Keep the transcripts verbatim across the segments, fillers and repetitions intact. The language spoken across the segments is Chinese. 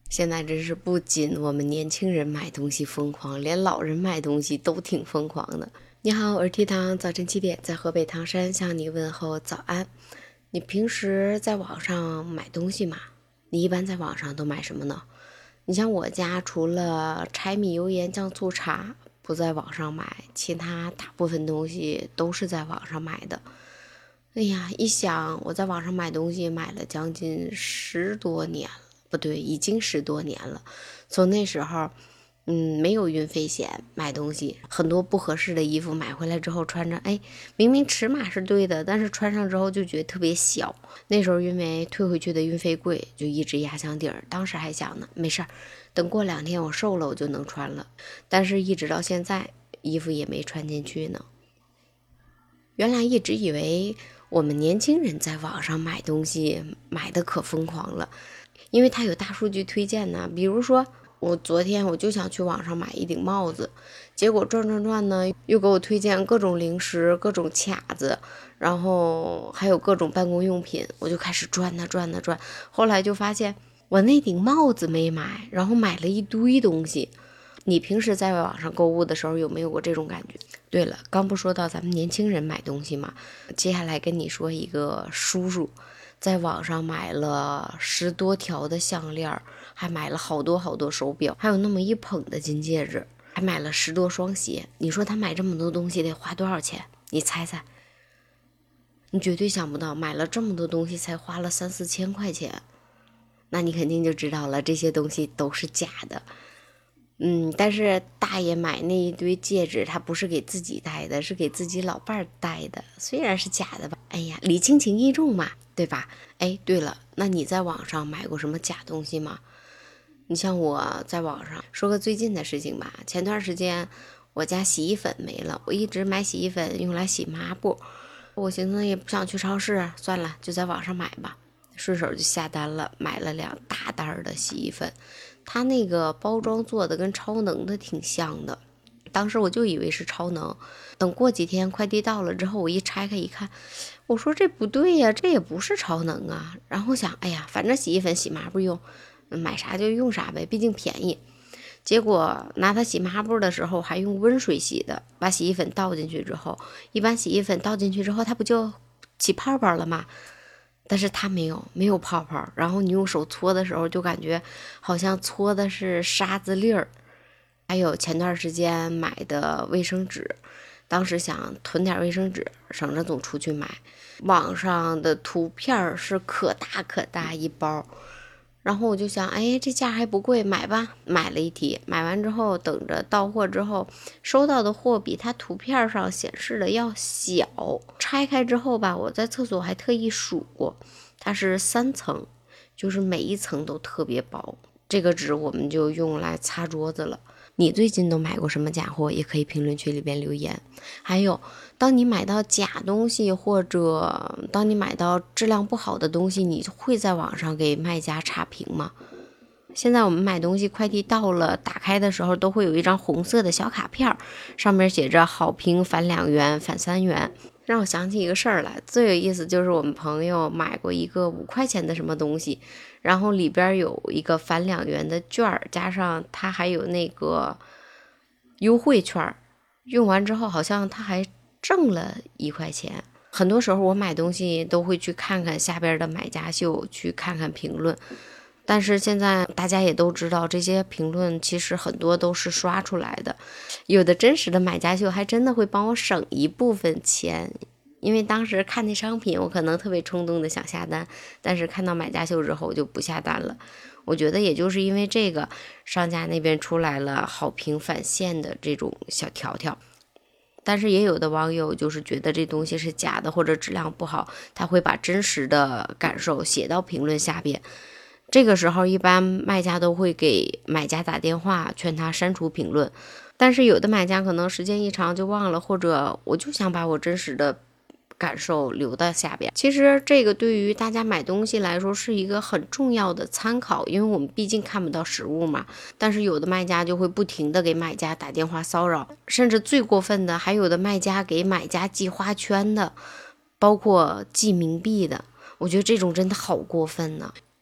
现在真是不仅我们年轻人买东西疯狂，连老人买东西都挺疯狂的。你好，我是 T 糖，早晨七点在河北唐山向你问候早安。你平时在网上买东西吗？你一般在网上都买什么呢？你像我家除了柴米油盐酱醋茶不在网上买，其他大部分东西都是在网上买的。哎呀，一想我在网上买东西买了将近十多年了，不对，已经十多年了。从那时候嗯，没有运费险，买东西很多不合适的衣服买回来之后穿着，哎，明明尺码是对的，但是穿上之后就觉得特别小。那时候因为退回去的运费贵，就一直压箱底儿。当时还想呢，没事儿，等过两天我瘦了我就能穿了。但是一直到现在，衣服也没穿进去呢。原来一直以为我们年轻人在网上买东西买的可疯狂了，因为它有大数据推荐呢。比如说我昨天我就想去网上买一顶帽子，结果转转转呢，又给我推荐各种零食、各种卡子，然后还有各种办公用品，我就开始转呐转呐转。后来就发现我那顶帽子没买，然后买了一堆东西。你平时在网上购物的时候有没有过这种感觉？对了，刚不说到咱们年轻人买东西吗？接下来跟你说一个叔叔在网上买了十多条的项链，还买了好多好多手表，还有那么一捧的金戒指，还买了十多双鞋。你说他买这么多东西得花多少钱？你猜猜？你绝对想不到，买了这么多东西才花了三四千块钱。那你肯定就知道了，这些东西都是假的。嗯，但是大爷买那一堆戒指，他不是给自己戴的，是给自己老伴儿戴的，虽然是假的吧，哎呀，礼轻情意重嘛，对吧？哎，对了，那你在网上买过什么假东西吗？你像我在网上说个最近的事情吧，前段时间我家洗衣粉没了，我一直买洗衣粉用来洗抹布，我寻思也不想去超市，算了，就在网上买吧，顺手就下单了，买了两大袋的洗衣粉。它那个包装做的跟超能的挺像的，当时我就以为是超能。等过几天快递到了之后，我一拆开一看，我说这不对呀，这也不是超能啊。然后想，哎呀，反正洗衣粉洗抹布用，买啥就用啥呗，毕竟便宜。结果拿它洗抹布的时候还用温水洗的，把洗衣粉倒进去之后，一般洗衣粉倒进去之后它不就起泡泡了吗？但是它没有没有泡泡，然后你用手搓的时候就感觉好像搓的是沙子粒儿。还有前段时间买的卫生纸，当时想囤点卫生纸，省着总出去买，网上的图片是可大可大一包，然后我就想，哎，这价还不贵，买吧，买了一提。买完之后等着到货之后，收到的货比它图片上显示的要小。拆开之后吧，我在厕所还特意数过，它是三层，就是每一层都特别薄。这个纸我们就用来擦桌子了。你最近都买过什么假货？也可以评论区里边留言。还有，当你买到假东西，或者当你买到质量不好的东西，你会在网上给卖家差评吗？现在我们买东西，快递到了，打开的时候都会有一张红色的小卡片，上面写着好评返两元，返三元。让我想起一个事儿来，最有意思就是我们朋友买过一个五块钱的什么东西，然后里边有一个返两元的券，加上他还有那个优惠券，用完之后好像他还挣了一块钱。很多时候我买东西都会去看看下边的买家秀，去看看评论。但是现在大家也都知道，这些评论其实很多都是刷出来的，有的真实的买家秀还真的会帮我省一部分钱。因为当时看那商品，我可能特别冲动的想下单，但是看到买家秀之后我就不下单了。我觉得也就是因为这个，商家那边出来了好评返现的这种小条条。但是也有的网友就是觉得这东西是假的或者质量不好，他会把真实的感受写到评论下边。这个时候一般卖家都会给买家打电话劝他删除评论，但是有的买家可能时间一长就忘了，或者我就想把我真实的感受留到下边。其实这个对于大家买东西来说是一个很重要的参考，因为我们毕竟看不到实物嘛。但是有的卖家就会不停的给买家打电话骚扰，甚至最过分的还有的卖家给买家寄花圈的，包括寄冥币的，我觉得这种真的好过分呢。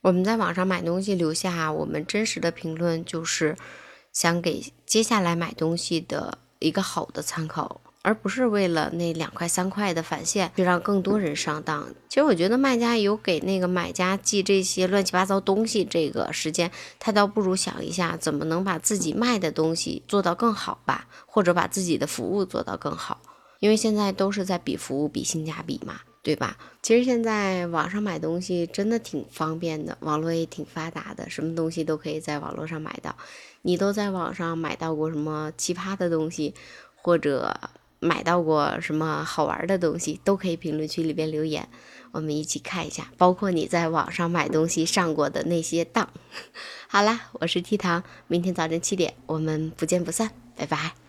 我们在网上买东西留下我们真实的评论，就是想给接下来买东西的一个好的参考，而不是为了那两块三块的返现去让更多人上当。其实我觉得卖家有给那个买家寄这些乱七八糟东西这个时间，他倒不如想一下怎么能把自己卖的东西做到更好吧，或者把自己的服务做到更好。因为现在都是在比服务比性价比嘛，对吧？其实现在网上买东西真的挺方便的，网络也挺发达的，什么东西都可以在网络上买到。你都在网上买到过什么奇葩的东西，或者买到过什么好玩的东西，都可以评论区里边留言，我们一起看一下，包括你在网上买东西上过的那些当。好啦，我是 T 糖，明天早晨七点我们不见不散，拜拜。